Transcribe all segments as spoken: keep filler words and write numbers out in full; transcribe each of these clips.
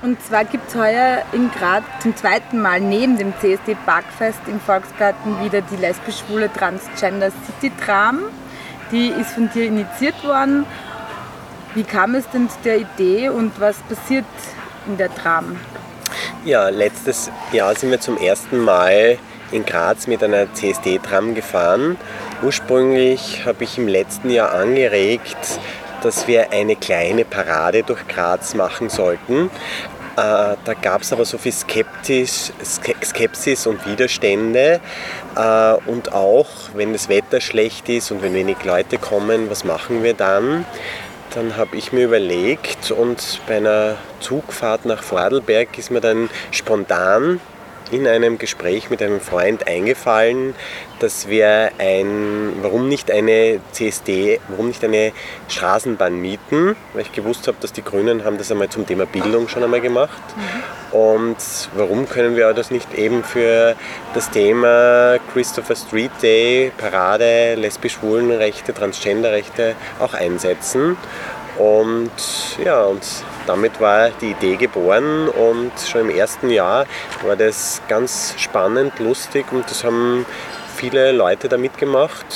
Und zwar gibt es heuer in Graz zum zweiten Mal neben dem C S D Parkfest im Volksgarten wieder die lesbisch-schwule Transgender City Tram. Die ist von dir initiiert worden. Wie kam es denn zu der Idee und was passiert in der Tram? Ja, letztes Jahr sind wir zum ersten Mal in Graz mit einer C S D-Tram gefahren. Ursprünglich habe ich im letzten Jahr angeregt, dass wir eine kleine Parade durch Graz machen sollten. Äh, da gab es aber so viel Skeptis, Skepsis und Widerstände. Äh, und auch, wenn das Wetter schlecht ist und wenn wenig Leute kommen, was machen wir dann? Dann habe ich mir überlegt und bei einer Zugfahrt nach Vorarlberg ist mir dann spontan in einem Gespräch mit einem Freund eingefallen, dass wir ein, warum nicht eine C S D, warum nicht eine Straßenbahn mieten, weil ich gewusst habe, dass die Grünen haben das einmal zum Thema Bildung schon einmal gemacht. Mhm. Und warum können wir das nicht eben für das Thema Christopher Street Day, Parade, lesbisch-schwulenrechte, Transgenderrechte auch einsetzen? Und ja, und damit war die Idee geboren und schon im ersten Jahr war das ganz spannend, lustig und das haben viele Leute da mitgemacht.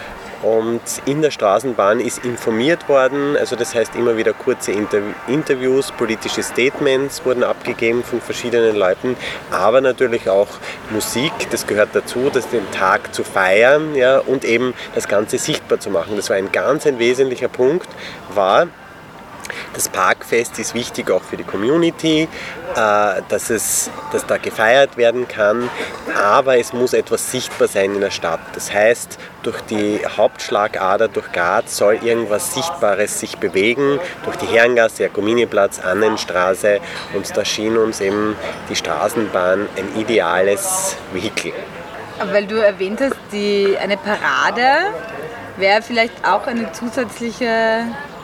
Und in der Straßenbahn ist informiert worden, also das heißt immer wieder kurze Interviews, politische Statements wurden abgegeben von verschiedenen Leuten, aber natürlich auch Musik, das gehört dazu, das den Tag zu feiern, ja, und eben das Ganze sichtbar zu machen. Das war ein ganz ein wesentlicher Punkt, war, das Parkfest ist wichtig auch für die Community, dass, es, dass da gefeiert werden kann, aber es muss etwas sichtbar sein in der Stadt. Das heißt, durch die Hauptschlagader, durch Graz soll irgendwas Sichtbares sich bewegen, durch die Herrengasse, Jakominiplatz, Annenstraße, und da schien uns eben die Straßenbahn ein ideales Vehikel. Aber weil du erwähnt hast, die, eine Parade wäre vielleicht auch eine zusätzliche...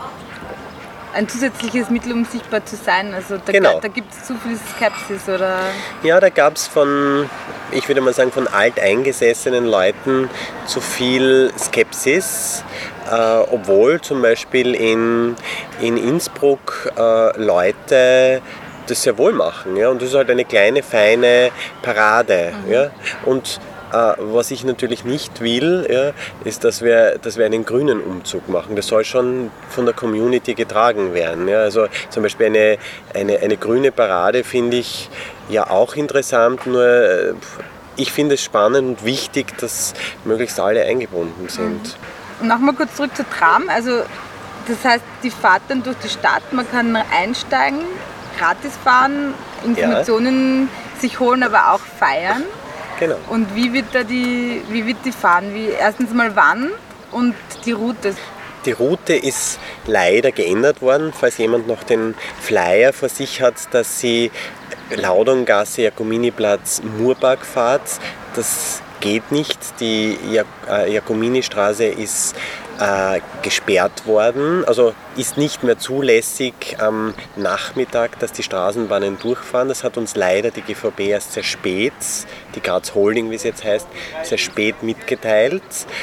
ein zusätzliches Mittel, um sichtbar zu sein. Also da, genau. da gibt es zu viel Skepsis, oder? Ja, da gab es von, ich würde mal sagen, von alteingesessenen Leuten zu viel Skepsis, äh, obwohl zum Beispiel in, in Innsbruck äh, Leute das sehr wohl machen. Ja? Und das ist halt eine kleine, feine Parade. Mhm. Ja? Und was ich natürlich nicht will, ja, ist, dass wir, dass wir einen grünen Umzug machen. Das soll schon von der Community getragen werden. Ja. Also zum Beispiel eine, eine, eine grüne Parade finde ich ja auch interessant, nur ich finde es spannend und wichtig, dass möglichst alle eingebunden sind. Und nochmal kurz zurück zur Tram. Also das heißt, die Fahrt dann durch die Stadt, man kann einsteigen, gratis fahren, Informationen ja. sich holen, aber auch feiern. Genau. Und wie wird, da die, wie wird die fahren? Wie, erstens mal wann und die Route? Die Route ist leider geändert worden, falls jemand noch den Flyer vor sich hat, dass sie Laudongasse, Jakominiplatz, Murpark fahrt. Das geht nicht. Die Jakomini-Straße ist äh, gesperrt worden, also ist nicht mehr zulässig am Nachmittag, dass die Straßenbahnen durchfahren. Das hat uns leider die G V B erst sehr spät, die Graz Holding, wie es jetzt heißt, sehr spät mitgeteilt.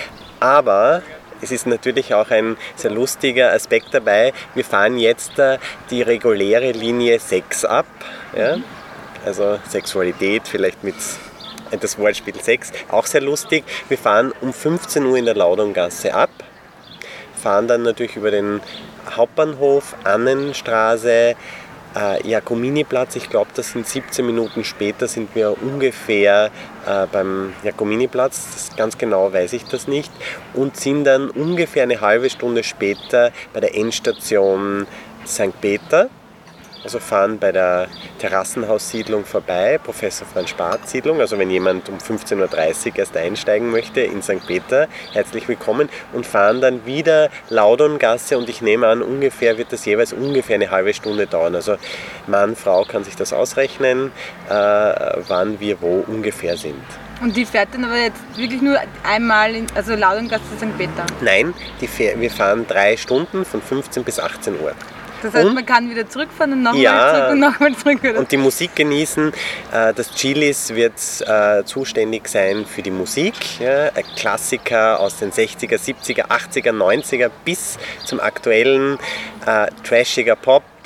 Aber es ist natürlich auch ein sehr lustiger Aspekt dabei. Wir fahren jetzt äh, die reguläre Linie sechs ab, ja? Also Sexualität, vielleicht mit das Wortspiel Sex, auch sehr lustig. Wir fahren um fünfzehn Uhr in der Laudongasse ab, fahren dann natürlich über den Hauptbahnhof, Annenstraße, äh, Jakominiplatz. Ich glaube, das sind siebzehn Minuten später sind wir ungefähr äh, beim Jakominiplatz. Das ganz genau weiß ich das nicht. Und sind dann ungefähr eine halbe Stunde später bei der Endstation Sankt Peter. Also fahren bei der Terrassenhaussiedlung vorbei, Professor Franz Spart Siedlung. Also wenn jemand um fünfzehn Uhr dreißig erst einsteigen möchte in Sankt Peter, herzlich willkommen. Und fahren dann wieder Laudongasse und ich nehme an, ungefähr wird das jeweils ungefähr eine halbe Stunde dauern. Also Mann, Frau kann sich das ausrechnen, äh, wann wir wo ungefähr sind. Und die fährt dann aber jetzt wirklich nur einmal, in, also Laudongasse Sankt Peter? Nein, die fähr, wir fahren drei Stunden von fünfzehn bis achtzehn Uhr. Das heißt, und, man kann wieder zurückfahren und nochmal ja, zurück und nochmal zurück. Oder? Und die Musik genießen. Das Chilis wird äh, zuständig sein für die Musik. Ja, ein Klassiker aus den sechziger, siebziger, achtziger, neunziger bis zum aktuellen äh, trashiger Pop,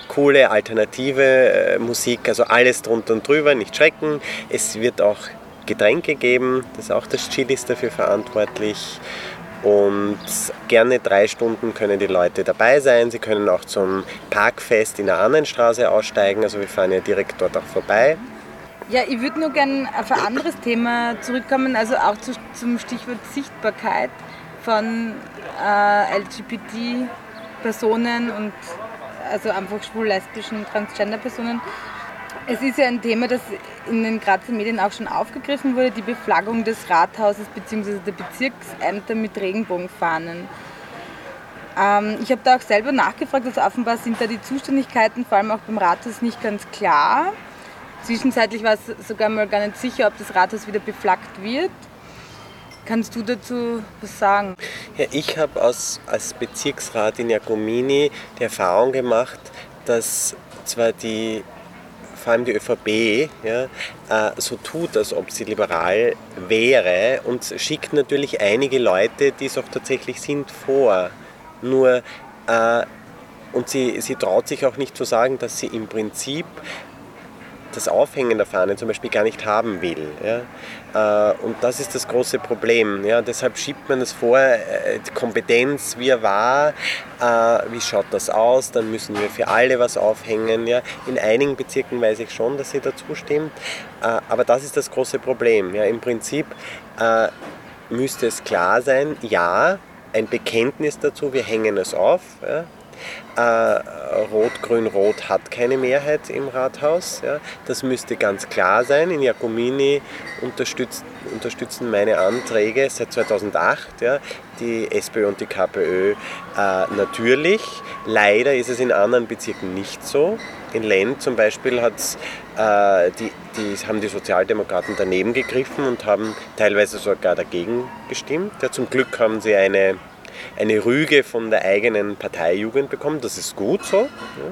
coole alternative äh, Musik, also alles drunter und drüber, nicht schrecken. Es wird auch Getränke geben, das ist auch das Chili ist dafür verantwortlich. Und gerne drei Stunden können die Leute dabei sein. Sie können auch zum Parkfest in der Annenstraße aussteigen, also wir fahren ja direkt dort auch vorbei. Ja, ich würde nur gerne auf ein anderes Thema zurückkommen, also auch zu, zum Stichwort Sichtbarkeit von äh, L G B T-Personen und also einfach schwul-lesbischen, Transgender-Personen. Es ist ja ein Thema, das in den Grazer Medien auch schon aufgegriffen wurde, die Beflaggung des Rathauses bzw. der Bezirksämter mit Regenbogenfahnen. Ähm, ich habe da auch selber nachgefragt, also offenbar sind da die Zuständigkeiten, vor allem auch beim Rathaus, nicht ganz klar. Zwischenzeitlich war es sogar mal gar nicht sicher, ob das Rathaus wieder beflaggt wird. Kannst du dazu was sagen? Ja, ich habe als Bezirksrat in Jakomini die Erfahrung gemacht, dass zwar die vor allem die ÖVP ja, äh, so tut, als ob sie liberal wäre und schickt natürlich einige Leute, die es auch tatsächlich sind, vor. Nur, äh, und sie, sie traut sich auch nicht zu sagen, dass sie im Prinzip das Aufhängen der Fahne zum Beispiel gar nicht haben will. Ja? Und das ist das große Problem. Ja? Deshalb schiebt man es vor, die Kompetenz, wie er war, wie schaut das aus, dann müssen wir für alle was aufhängen. Ja? In einigen Bezirken weiß ich schon, dass sie dazu stimmt, aber das ist das große Problem. Ja? Im Prinzip müsste es klar sein, ja, ein Bekenntnis dazu, wir hängen es auf. Ja? Äh, Rot, Grün, Rot hat keine Mehrheit im Rathaus. Ja. Das müsste ganz klar sein. In Jakomini unterstützt, unterstützen meine Anträge seit zweitausendacht ja, die SPÖ und die KPÖ äh, natürlich. Leider ist es in anderen Bezirken nicht so. In Lend zum Beispiel hat's, äh, die, die, haben die Sozialdemokraten daneben gegriffen und haben teilweise sogar dagegen gestimmt. Ja, zum Glück haben sie eine eine Rüge von der eigenen Parteijugend bekommen, das ist gut so.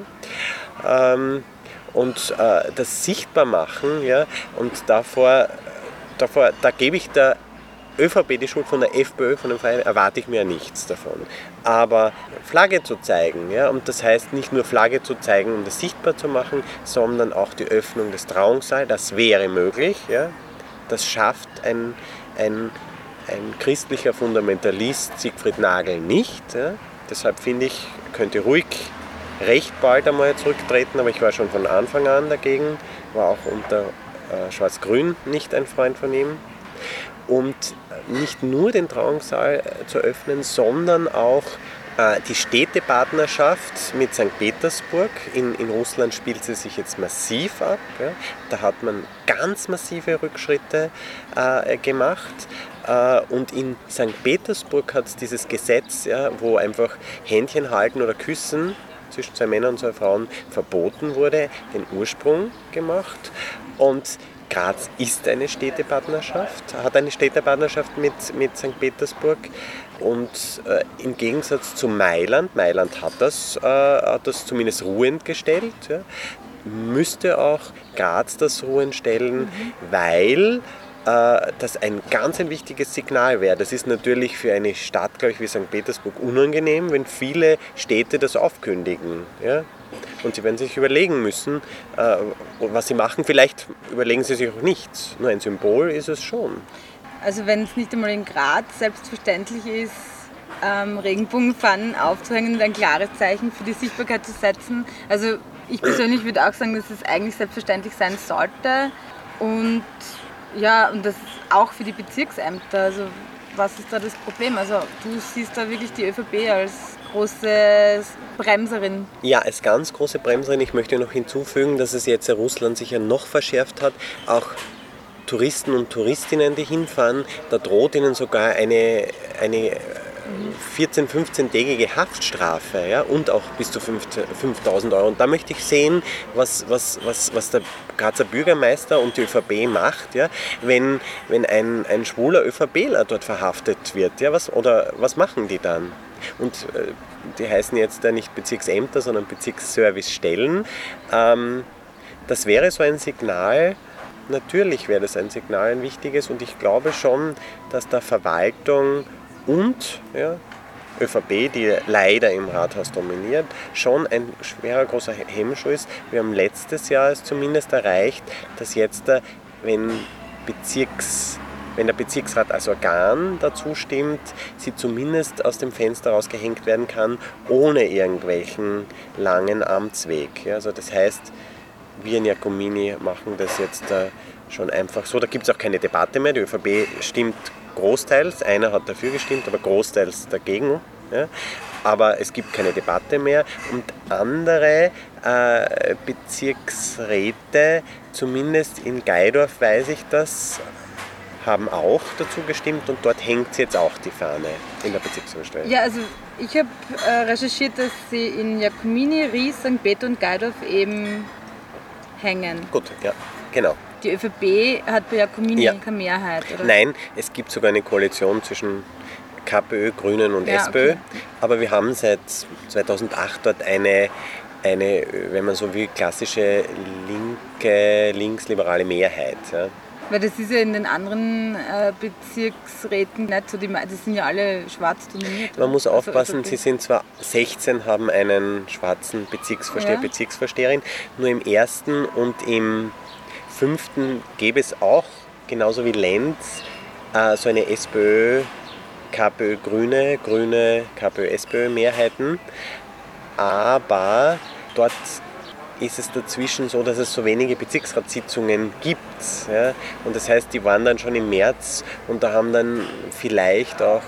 Ja. Ähm, und äh, das sichtbar machen, ja, und davor, davor, da gebe ich der ÖVP die Schuld, von der FPÖ, von dem Verein, erwarte ich mir nichts davon. Aber Flagge zu zeigen, ja, und das heißt nicht nur Flagge zu zeigen, um das sichtbar zu machen, sondern auch die Öffnung des Trauungssaals, das wäre möglich. Ja. Das schafft ein, ein Ein christlicher Fundamentalist, Siegfried Nagel, nicht. Ja. Deshalb finde ich, könnte ruhig recht bald einmal zurücktreten, aber ich war schon von Anfang an dagegen, war auch unter äh, Schwarz-Grün nicht ein Freund von ihm. Und nicht nur den Trauungssaal äh, zu öffnen, sondern auch äh, die Städtepartnerschaft mit Sankt Petersburg. In, in Russland spielt sie sich jetzt massiv ab. Ja. Da hat man ganz massive Rückschritte äh, gemacht. Und in Sankt Petersburg hat es dieses Gesetz, ja, wo einfach Händchen halten oder küssen zwischen zwei Männern und zwei Frauen verboten wurde, den Ursprung gemacht. Und Graz ist eine Städtepartnerschaft, hat eine Städtepartnerschaft mit, mit Sankt Petersburg. Und äh, im Gegensatz zu Mailand, Mailand hat das, äh, hat das zumindest ruhend gestellt, ja, müsste auch Graz das ruhend stellen, mhm. weil das ein ganz ein wichtiges Signal wäre. Das ist natürlich für eine Stadt, glaube ich, wie Sankt Petersburg unangenehm, wenn viele Städte das aufkündigen. Ja? Und sie werden sich überlegen müssen, äh, was sie machen. Vielleicht überlegen sie sich auch nichts. Nur ein Symbol ist es schon. Also wenn es nicht einmal in Graz selbstverständlich ist, ähm, Regenbogenfahnen aufzuhängen und ein klares Zeichen für die Sichtbarkeit zu setzen. Also ich persönlich würde auch sagen, dass es eigentlich selbstverständlich sein sollte. Und ja, und das auch für die Bezirksämter. Also was ist da das Problem? Also du siehst da wirklich die ÖVP als große Bremserin. Ja, als ganz große Bremserin. Ich möchte noch hinzufügen, dass es jetzt in Russland sich ja noch verschärft hat. Auch Touristen und Touristinnen, die hinfahren, da droht ihnen sogar eine, eine vierzehn-, fünfzehntägige Haftstrafe, ja, und auch bis zu fünftausend Euro. Und da möchte ich sehen, was, was, was, was der Grazer Bürgermeister und die ÖVP macht, ja, wenn, wenn ein, ein schwuler ÖVPler dort verhaftet wird. Ja, was, oder was machen die dann? Und äh, die heißen jetzt ja nicht Bezirksämter, sondern Bezirksservicestellen. Ähm, das wäre so ein Signal. Natürlich wäre das ein Signal, ein wichtiges, und ich glaube schon, dass der Verwaltung und ja, ÖVP, die leider im Rathaus dominiert, schon ein schwerer, großer Hemmschuh ist. Wir haben letztes Jahr es zumindest erreicht, dass jetzt, wenn, Bezirks, wenn der Bezirksrat als Organ dazu stimmt, sie zumindest aus dem Fenster rausgehängt werden kann, ohne irgendwelchen langen Amtsweg. Ja, also das heißt, wir in Jakomini machen das jetzt schon einfach so. Da gibt es auch keine Debatte mehr. Die ÖVP stimmt großteils, einer hat dafür gestimmt, aber großteils dagegen. Ja. Aber es gibt keine Debatte mehr und andere äh, Bezirksräte, zumindest in Gaidorf weiß ich das, haben auch dazu gestimmt und dort hängt jetzt auch die Fahne in der Bezirksvorstellung. Ja, also ich habe äh, recherchiert, dass sie in Jakomini, Ries, Sankt Peter und Gaidorf eben hängen. Gut, ja, genau. Die ÖVP hat bei Jakomini Ja. keine Mehrheit, oder? Nein, es gibt sogar eine Koalition zwischen KPÖ, Grünen und Ja, SPÖ, okay. aber wir haben seit zweitausendacht dort eine, eine, wenn man so will, klassische linke, linksliberale Mehrheit. Ja. Weil das ist ja in den anderen äh, Bezirksräten nicht so, die, me- die sind ja alle schwarz dominiert. Man oder? muss Also aufpassen, ÖVP. sie sind zwar sechzehn, haben einen schwarzen Bezirksvorsteher, Ja. Bezirksvorsteherin, nur im ersten und im fünften gäbe es auch, genauso wie Lenz, äh, so eine SPÖ, KPÖ, Grüne, Grüne, KPÖ, SPÖ Mehrheiten, aber dort ist es dazwischen so, dass es so wenige Bezirksratssitzungen gibt. Ja? Und das heißt, die waren dann schon im März und da haben dann vielleicht auch,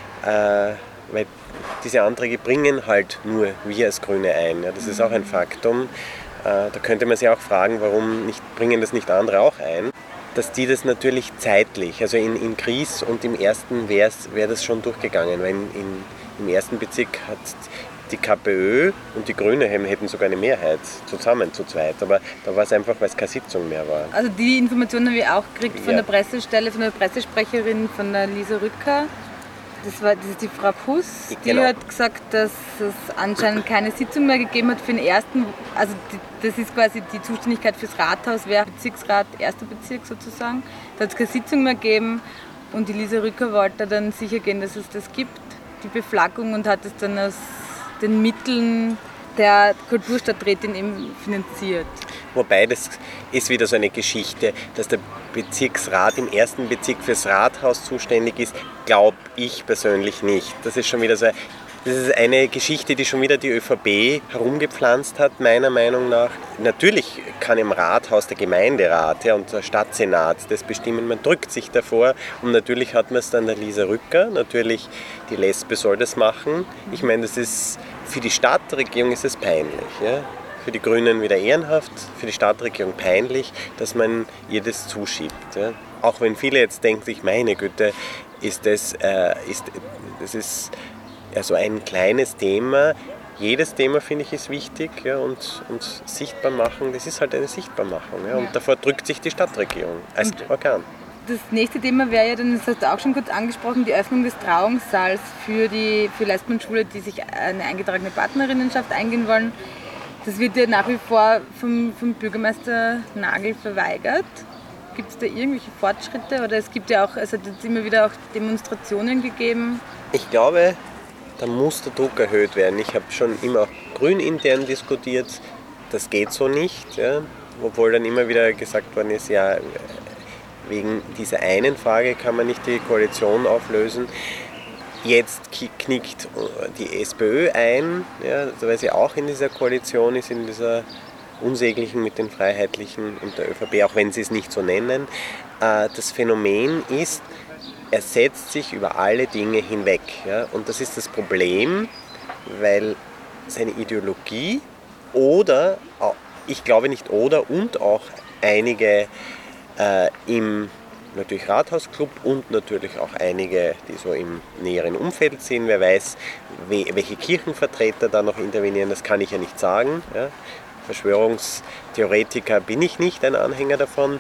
äh, weil diese Anträge bringen halt nur wir als Grüne ein. Ja? Das ist auch ein Faktum. Äh, da könnte man sich auch fragen, warum nicht, bringen das nicht andere auch ein. Dass die das natürlich zeitlich, also in, in Gries und im ersten wäre wär das schon durchgegangen, weil in, in, im ersten Bezirk hat die KPÖ und die Grüne hätten sogar eine Mehrheit, zusammen zu zweit, aber da war es einfach, weil es keine Sitzung mehr war. Also die Informationen habe ich auch gekriegt von Ja. der Pressestelle, von der Pressesprecherin, von der Lisa Rücker. Das war das ist die Frau Puss, die Genau. hat gesagt, dass es anscheinend keine Sitzung mehr gegeben hat für den ersten, also die, das ist quasi die Zuständigkeit fürs Rathaus, wäre Bezirksrat, erster Bezirk sozusagen. Da hat es keine Sitzung mehr gegeben und die Lisa Rücker wollte dann sicher gehen, dass es das gibt, die Beflaggung, und hat es dann aus den Mitteln der Kulturstadträtin eben finanziert. Wobei, das ist wieder so eine Geschichte, dass der Bezirksrat im ersten Bezirk fürs Rathaus zuständig ist, glaube ich persönlich nicht. Das ist schon wieder so, das ist eine Geschichte, die schon wieder die ÖVP herumgepflanzt hat, meiner Meinung nach. Natürlich kann im Rathaus der Gemeinderat, ja, und der Stadtsenat das bestimmen, man drückt sich davor und natürlich hat man es dann der Lisa Rücker, natürlich die Lesbe soll das machen. Ich meine, das ist, für die Stadtregierung ist es peinlich. Ja? Für die Grünen wieder ehrenhaft, für die Stadtregierung peinlich, dass man ihr das zuschiebt. Ja? Auch wenn viele jetzt denken sich, meine Güte, ist das, äh, ist, das ist ja so ein kleines Thema. Jedes Thema, finde ich, ist wichtig, ja, und, und sichtbar machen, das ist halt eine Sichtbarmachung. Ja, und Ja. davor drückt sich die Stadtregierung als Und- Organ. Das nächste Thema wäre ja dann, das hast du auch schon kurz angesprochen, die Öffnung des Trauungssaals für die für Lesben und Schwule, die sich eine eingetragene Partnerinnenschaft eingehen wollen. Das wird ja nach wie vor vom, vom Bürgermeister Nagel verweigert. Gibt es da irgendwelche Fortschritte? Oder es gibt ja auch, es hat jetzt immer wieder auch Demonstrationen gegeben. Ich glaube, da muss der Druck erhöht werden. Ich habe schon immer auch grün intern diskutiert, das geht so nicht. Ja? Obwohl dann immer wieder gesagt worden ist, ja, wegen dieser einen Frage kann man nicht die Koalition auflösen. Jetzt knickt die SPÖ ein, ja, weil sie auch in dieser Koalition ist, in dieser unsäglichen mit den Freiheitlichen und der ÖVP, auch wenn sie es nicht so nennen. Das Phänomen ist, er setzt sich über alle Dinge hinweg. Ja? Und das ist das Problem, weil seine Ideologie oder, ich glaube nicht oder, und auch einige äh, im natürlich Rathausclub und natürlich auch einige, die so im näheren Umfeld sind. Wer weiß, welche Kirchenvertreter da noch intervenieren, das kann ich ja nicht sagen. Ja? Verschwörungstheoretiker bin ich nicht ein Anhänger davon.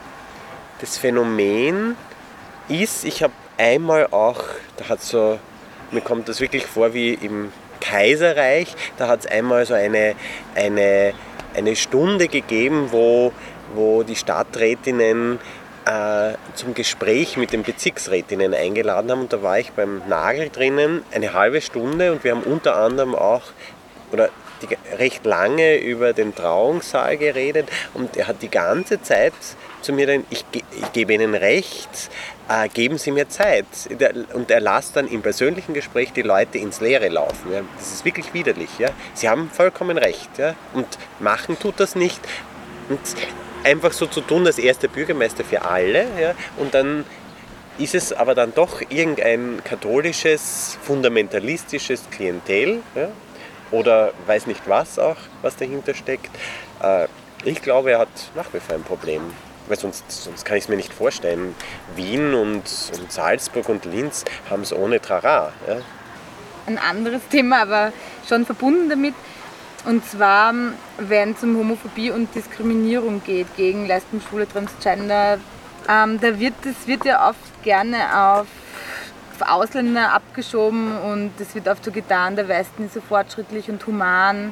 Das Phänomen ist, ich habe einmal auch, da hat so, mir kommt das wirklich vor wie im Kaiserreich, da hat es einmal so eine, eine, eine Stunde gegeben, wo, wo die Stadträtinnen äh, zum Gespräch mit den Bezirksrätinnen eingeladen haben. Und da war ich beim Nagel drinnen eine halbe Stunde und wir haben unter anderem auch oder die, recht lange über den Trauungssaal geredet und er hat die ganze Zeit zu mir dann, ich, ich gebe Ihnen recht, äh, geben Sie mir Zeit. Und er lässt dann im persönlichen Gespräch die Leute ins Leere laufen. Ja. Das ist wirklich widerlich. Ja. Sie haben vollkommen recht. Ja. Und machen tut das nicht. Und einfach so zu tun, als erster Bürgermeister für alle. Ja. Und dann ist es aber dann doch irgendein katholisches, fundamentalistisches Klientel. Ja. Oder weiß nicht was auch, was dahinter steckt. Äh, ich glaube, er hat nach wie vor ein Problem. Weil sonst, sonst kann ich es mir nicht vorstellen. Wien und, und Salzburg und Linz haben es ohne Trara. Ja. Ein anderes Thema, aber schon verbunden damit. Und zwar, wenn es um Homophobie und Diskriminierung geht gegen Lesben, Schwule, Transgender, ähm, da wird das wird ja oft gerne auf, auf Ausländer abgeschoben und es wird oft so getan, der Westen ist so fortschrittlich und human.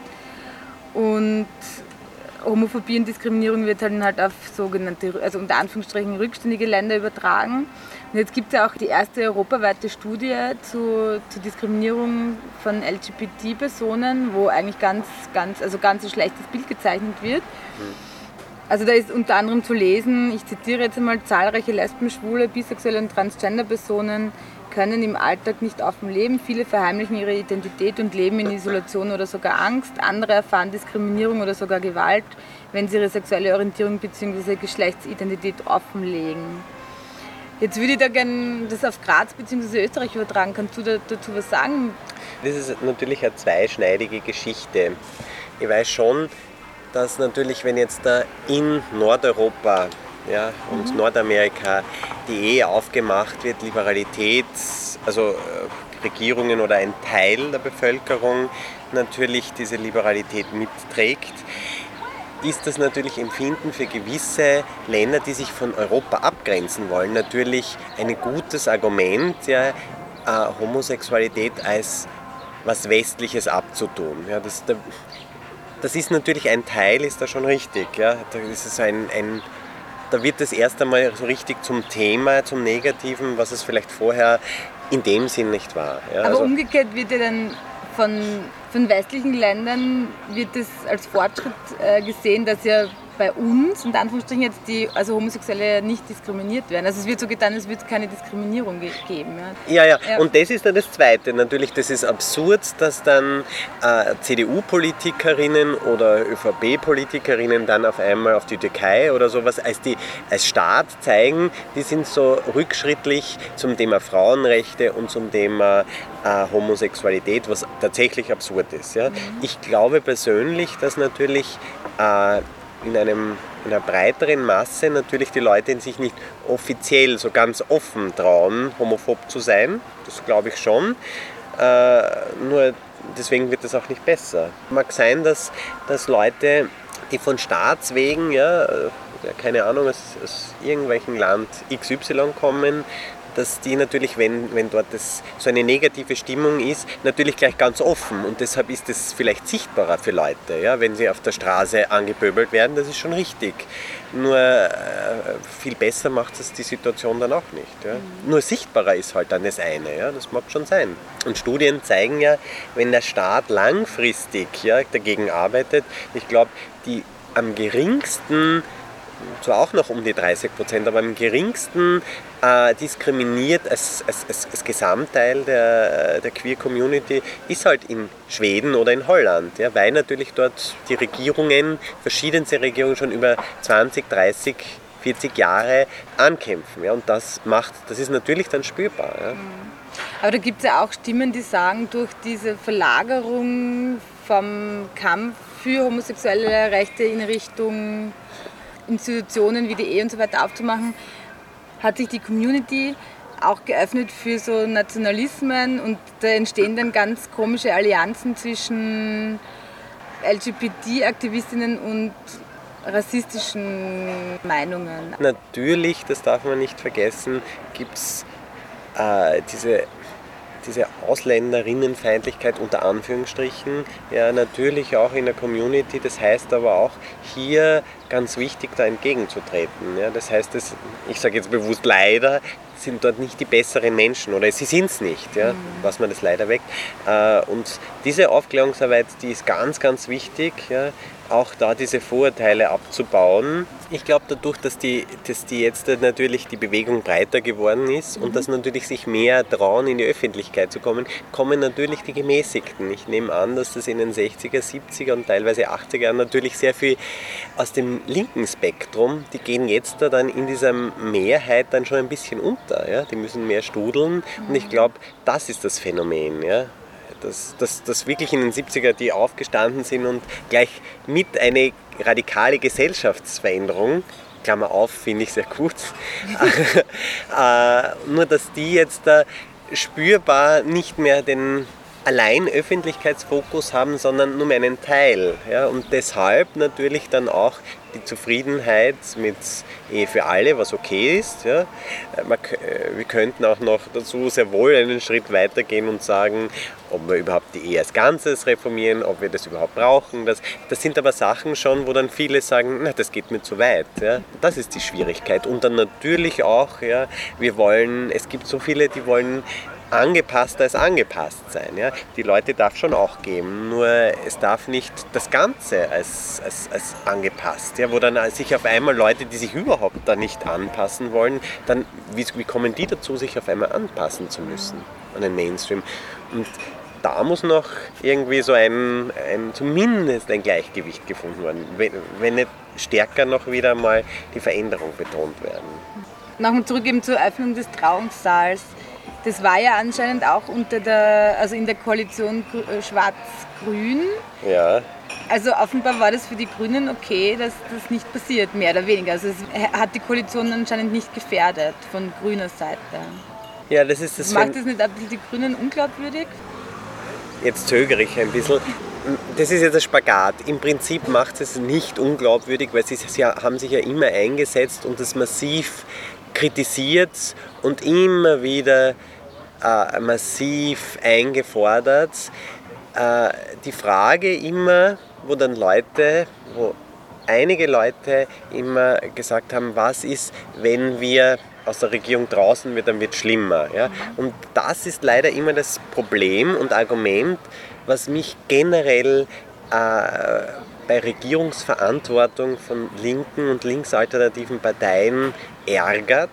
Und Homophobie und Diskriminierung wird dann halt auf sogenannte, also unter Anführungsstrichen rückständige Länder übertragen. Und jetzt gibt es ja auch die erste europaweite Studie zu, zu Diskriminierung von L G B T-Personen, wo eigentlich ganz, ganz, also ganz ein schlechtes Bild gezeichnet wird. Also da ist unter anderem zu lesen, ich zitiere jetzt einmal, zahlreiche Lesben, Schwule, bisexuelle und Transgender-Personen können im Alltag nicht offen leben. Viele verheimlichen ihre Identität und leben in Isolation oder sogar Angst. Andere erfahren Diskriminierung oder sogar Gewalt, wenn sie ihre sexuelle Orientierung bzw. Geschlechtsidentität offenlegen. Jetzt würde ich da gerne das auf Graz bzw. Österreich übertragen. Kannst du da, dazu was sagen? Das ist natürlich eine zweischneidige Geschichte. Ich weiß schon, dass natürlich, wenn jetzt da in Nordeuropa ja, und mhm. Nordamerika die Ehe aufgemacht wird, Liberalität, also äh, Regierungen oder ein Teil der Bevölkerung natürlich diese Liberalität mitträgt, ist das natürlich Empfinden für gewisse Länder, die sich von Europa abgrenzen wollen, natürlich ein gutes Argument, ja, äh, Homosexualität als was Westliches abzutun. Ja, das, das ist natürlich ein Teil, ist da schon richtig. Ja, da ist es ein, ein Da wird es erst einmal so richtig zum Thema, zum Negativen, was es vielleicht vorher in dem Sinn nicht war. Ja, aber also umgekehrt wird ja dann von, von westlichen Ländern wird es als Fortschritt äh, gesehen, dass ja bei uns, in Anführungsstrichen, jetzt die also Homosexuelle nicht diskriminiert werden. Also es wird so getan, es wird keine Diskriminierung ge- geben. Ja. Ja, ja, ja. Und das ist dann das Zweite. Natürlich, das ist absurd, dass dann äh, C D U-Politikerinnen oder ÖVP-Politikerinnen dann auf einmal auf die Türkei oder sowas als, die, als Staat zeigen, die sind so rückschrittlich zum Thema Frauenrechte und zum Thema äh, Homosexualität, was tatsächlich absurd ist. Ja. Mhm. Ich glaube persönlich, dass natürlich äh, in, einem, in einer breiteren Masse natürlich die Leute sich nicht offiziell so ganz offen trauen, homophob zu sein. Das glaube ich schon. Äh, nur deswegen wird es auch nicht besser. Mag sein, dass, dass Leute, die von Staats wegen, ja, keine Ahnung, aus, aus irgendwelchen Land X Y kommen, dass die natürlich, wenn, wenn dort das, so eine negative Stimmung ist, natürlich gleich ganz offen und deshalb ist es vielleicht sichtbarer für Leute, ja, wenn sie auf der Straße angepöbelt werden, das ist schon richtig. Nur äh, viel besser macht es die Situation dann auch nicht. Ja. Mhm. Nur sichtbarer ist halt dann das eine, ja, das mag schon sein. Und Studien zeigen ja, wenn der Staat langfristig ja, dagegen arbeitet, ich glaube, die am geringsten, zwar auch noch um die dreißig Prozent, aber am geringsten äh, diskriminiert als, als, als, als Gesamtteil der, der Queer-Community ist halt in Schweden oder in Holland, ja, weil natürlich dort die Regierungen, verschiedenste Regierungen schon über zwanzig, dreißig, vierzig Jahre ankämpfen. Ja, und das macht, das ist natürlich dann spürbar. Ja. Aber da gibt es ja auch Stimmen, die sagen, durch diese Verlagerung vom Kampf für homosexuelle Rechte in Richtung Institutionen wie die Ehe und so weiter aufzumachen, hat sich die Community auch geöffnet für so Nationalismen und da entstehen dann ganz komische Allianzen zwischen L G B T-Aktivistinnen und rassistischen Meinungen. Natürlich, das darf man nicht vergessen, gibt es äh, diese diese Ausländerinnenfeindlichkeit unter Anführungsstrichen, ja natürlich auch in der Community, das heißt aber auch hier ganz wichtig, da entgegenzutreten. Ja, das heißt, das, ich sage jetzt bewusst leider, sind dort nicht die besseren Menschen oder sie sind es nicht, ja, mhm. lassen wir das leider weg. Und diese Aufklärungsarbeit, die ist ganz, ganz wichtig, ja, auch da diese Vorurteile abzubauen. Ich glaube dadurch, dass die, dass die jetzt natürlich die Bewegung breiter geworden ist mhm. und dass natürlich sich mehr trauen, in die Öffentlichkeit zu kommen, kommen natürlich die Gemäßigten. Ich nehme an, dass das in den sechziger, siebziger und teilweise achtziger Jahren natürlich sehr viel aus dem linken Spektrum, die gehen jetzt da dann in dieser Mehrheit dann schon ein bisschen unter. Ja? Die müssen mehr studeln mhm. und ich glaube, das ist das Phänomen. Ja? Dass, dass, dass wirklich in den siebziger die aufgestanden sind und gleich mit eine radikale Gesellschaftsveränderung, Klammer auf, finde ich sehr gut, äh, nur dass die jetzt da spürbar nicht mehr den allein Öffentlichkeitsfokus haben, sondern nur mehr einen Teil. Ja? Und deshalb natürlich dann auch die Zufriedenheit mit Ehe für alle, was okay ist. Ja? Man, wir könnten auch noch dazu sehr wohl einen Schritt weitergehen und sagen, ob wir überhaupt die Ehe als Ganzes reformieren, ob wir das überhaupt brauchen. Das, das sind aber Sachen schon, wo dann viele sagen, na, das geht mir zu weit. Ja? Das ist die Schwierigkeit. Und dann natürlich auch, ja, wir wollen, es gibt so viele, die wollen angepasst als angepasst sein. Ja? Die Leute darf schon auch geben, nur es darf nicht das Ganze als, als, als angepasst. Ja? Wo dann sich auf einmal Leute, die sich überhaupt da nicht anpassen wollen, dann wie, wie kommen die dazu, sich auf einmal anpassen zu müssen an den Mainstream? Und da muss noch irgendwie so ein, ein zumindest ein Gleichgewicht gefunden werden, wenn, wenn nicht stärker noch wieder mal die Veränderung betont werden. Nochmal zurück eben zur Öffnung des Trauungssaals. Das war ja anscheinend auch unter der, also in der Koalition Schwarz-Grün. Ja. Also offenbar war das für die Grünen okay, dass das nicht passiert, mehr oder weniger. Also es hat die Koalition anscheinend nicht gefährdet von grüner Seite. Ja, das ist das. Macht das nicht ein bisschen die Grünen unglaubwürdig? Jetzt zögere ich ein bisschen. Das ist jetzt ein Spagat. Im Prinzip macht es nicht unglaubwürdig, weil sie, sie haben sich ja immer eingesetzt und das massiv kritisiert und immer wieder äh, massiv eingefordert. Äh, die Frage immer, wo dann Leute, wo einige Leute immer gesagt haben, was ist, wenn wir aus der Regierung draußen wird, dann wird es schlimmer. Ja? Und das ist leider immer das Problem und Argument, was mich generell äh, bei Regierungsverantwortung von linken und linksalternativen Parteien ärgert,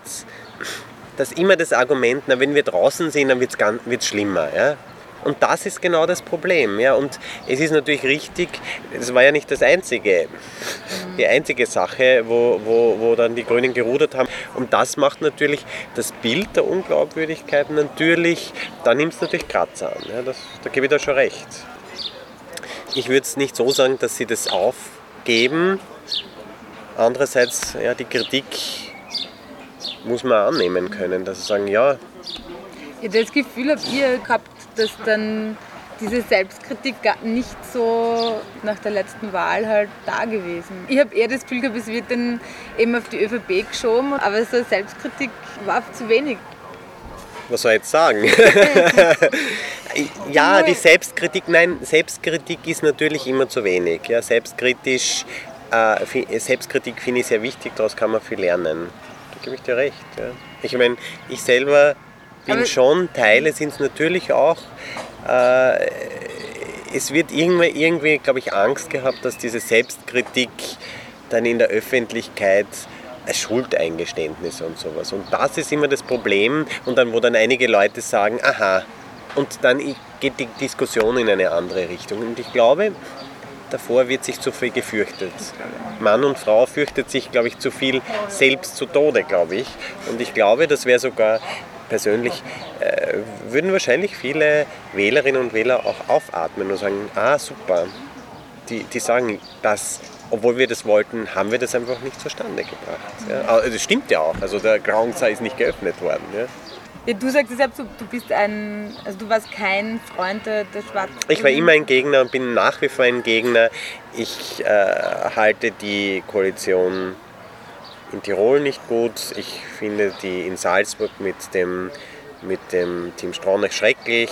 dass immer das Argument, na, wenn wir draußen sind, dann wird es schlimmer. Ja? Und das ist genau das Problem. Ja? Und es ist natürlich richtig, das war ja nicht das einzige, die einzige Sache, wo, wo, wo dann die Grünen gerudert haben. Und das macht natürlich das Bild der Unglaubwürdigkeit natürlich, da nimmt es natürlich Kratzer an. Ja? Das, da gebe ich da schon recht. Ich würde es nicht so sagen, dass sie das aufgeben. Andererseits, ja, die Kritik muss man annehmen können, dass sie sagen, ja. Ja, das Gefühl habt ihr gehabt, dass dann diese Selbstkritik gar nicht so nach der letzten Wahl halt da gewesen. Ich habe eher das Gefühl gehabt, es wird dann eben auf die ÖVP geschoben, aber so Selbstkritik war zu wenig. Was soll ich jetzt sagen? Ja, die Selbstkritik, nein, Selbstkritik ist natürlich immer zu wenig. Ja, selbstkritisch, äh, Selbstkritik finde ich sehr wichtig, daraus kann man viel lernen. Da gebe ich dir recht. Ja. Ich meine, ich selber bin Aber schon, Teile sind es natürlich auch. Äh, es wird irgendwie, irgendwie glaube ich, Angst gehabt, dass diese Selbstkritik dann in der Öffentlichkeit als Schuldeingeständnis und sowas. Und das ist immer das Problem. Und dann, wo dann einige Leute sagen, aha, und dann geht die Diskussion in eine andere Richtung. Und ich glaube, davor wird sich zu viel gefürchtet. Mann und Frau fürchtet sich, glaube ich, zu viel selbst zu Tode, glaube ich. Und ich glaube, das wäre sogar persönlich, äh, würden wahrscheinlich viele Wählerinnen und Wähler auch aufatmen und sagen, ah, super, die, die sagen das. Obwohl wir das wollten, haben wir das einfach nicht zustande gebracht. Ja. Also das stimmt ja auch. Also der Trauungssaal ist nicht geöffnet worden. Ja. Ja, du sagst selbst, du bist ein, also du warst kein Freund der, der Schwarz-Grünen. Ich war immer ein Gegner und bin nach wie vor ein Gegner. Ich äh, halte die Koalition in Tirol nicht gut. Ich finde die in Salzburg mit dem, mit dem Team Stronach schrecklich.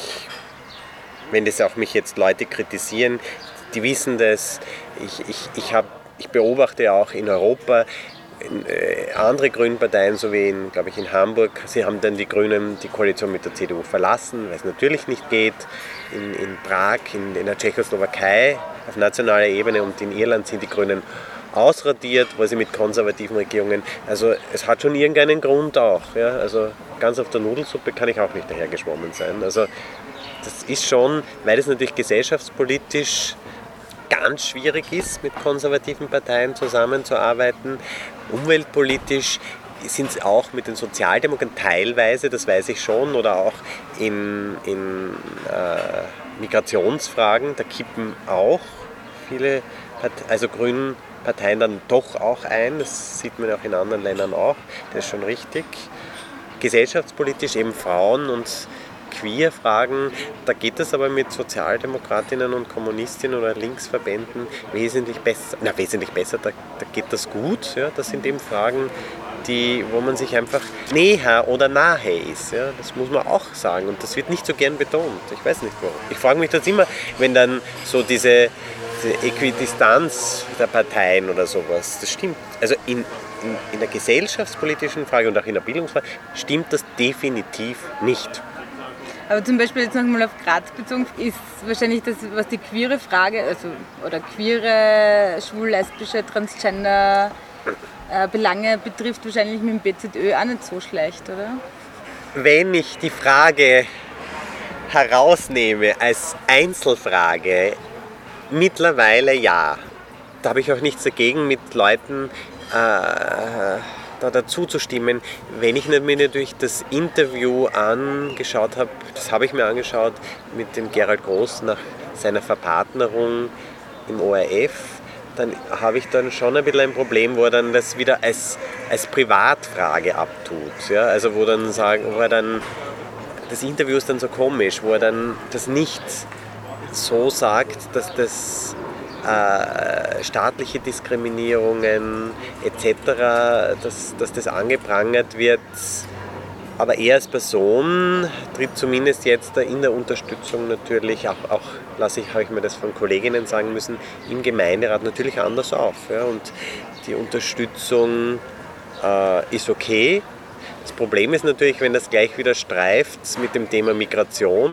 Wenn das auch mich jetzt Leute kritisieren, die wissen das. Ich, ich, ich habe ich beobachte ja auch in Europa andere Grünparteien, so wie in, glaube ich, in Hamburg. Sie haben dann die Grünen die Koalition mit der C D U verlassen, weil es natürlich nicht geht. In, in Prag, in, in der Tschechoslowakei auf nationaler Ebene und in Irland sind die Grünen ausradiert, weil sie mit konservativen Regierungen, also es hat schon irgendeinen Grund auch. Ja? Also ganz auf der Nudelsuppe kann ich auch nicht dahergeschwommen sein. Also das ist schon, weil es natürlich gesellschaftspolitisch ganz schwierig ist, mit konservativen Parteien zusammenzuarbeiten. Umweltpolitisch sind es auch mit den Sozialdemokraten teilweise, das weiß ich schon, oder auch in, in äh, Migrationsfragen, da kippen auch viele Parteien, also Grünen Parteien dann doch auch ein, das sieht man auch in anderen Ländern auch, das ist schon richtig. Gesellschaftspolitisch eben Frauen und Queer-Fragen, da geht es aber mit Sozialdemokratinnen und Kommunistinnen oder Linksverbänden wesentlich besser, na wesentlich besser, da, da geht das gut, ja, das sind eben Fragen, die, wo man sich einfach näher oder nahe ist, ja, das muss man auch sagen und das wird nicht so gern betont, ich weiß nicht warum. Ich frage mich das immer, wenn dann so diese, diese Äquidistanz der Parteien oder sowas, das stimmt, also in, in, in der gesellschaftspolitischen Frage und auch in der Bildungsfrage stimmt das definitiv nicht. Aber zum Beispiel jetzt nochmal auf Graz bezogen, ist wahrscheinlich das, was die queere Frage, also oder queere, schwul, lesbische, transgender äh, Belange betrifft, wahrscheinlich mit dem B Z Ö auch nicht so schlecht, oder? Wenn ich die Frage herausnehme als Einzelfrage, mittlerweile ja. Da habe ich auch nichts dagegen, mit Leuten äh, da dazu zu stimmen. Wenn ich mir natürlich das Interview angeschaut habe, das habe ich mir angeschaut mit dem Gerald Groß nach seiner Verpartnerung im O R F, dann habe ich dann schon ein bisschen ein Problem, wo er dann das wieder als, als Privatfrage abtut. Ja? Also wo, dann sagen, wo er dann, das Interview ist dann so komisch, wo er dann das nicht so sagt, dass das Äh, staatliche Diskriminierungen et cetera, dass, dass das angeprangert wird. Aber er als Person tritt zumindest jetzt in der Unterstützung natürlich, auch, auch lasse ich, habe ich mir das von Kolleginnen sagen müssen, im Gemeinderat natürlich anders auf. Ja, und die Unterstützung äh, ist okay. Das Problem ist natürlich, wenn das gleich wieder streift mit dem Thema Migration.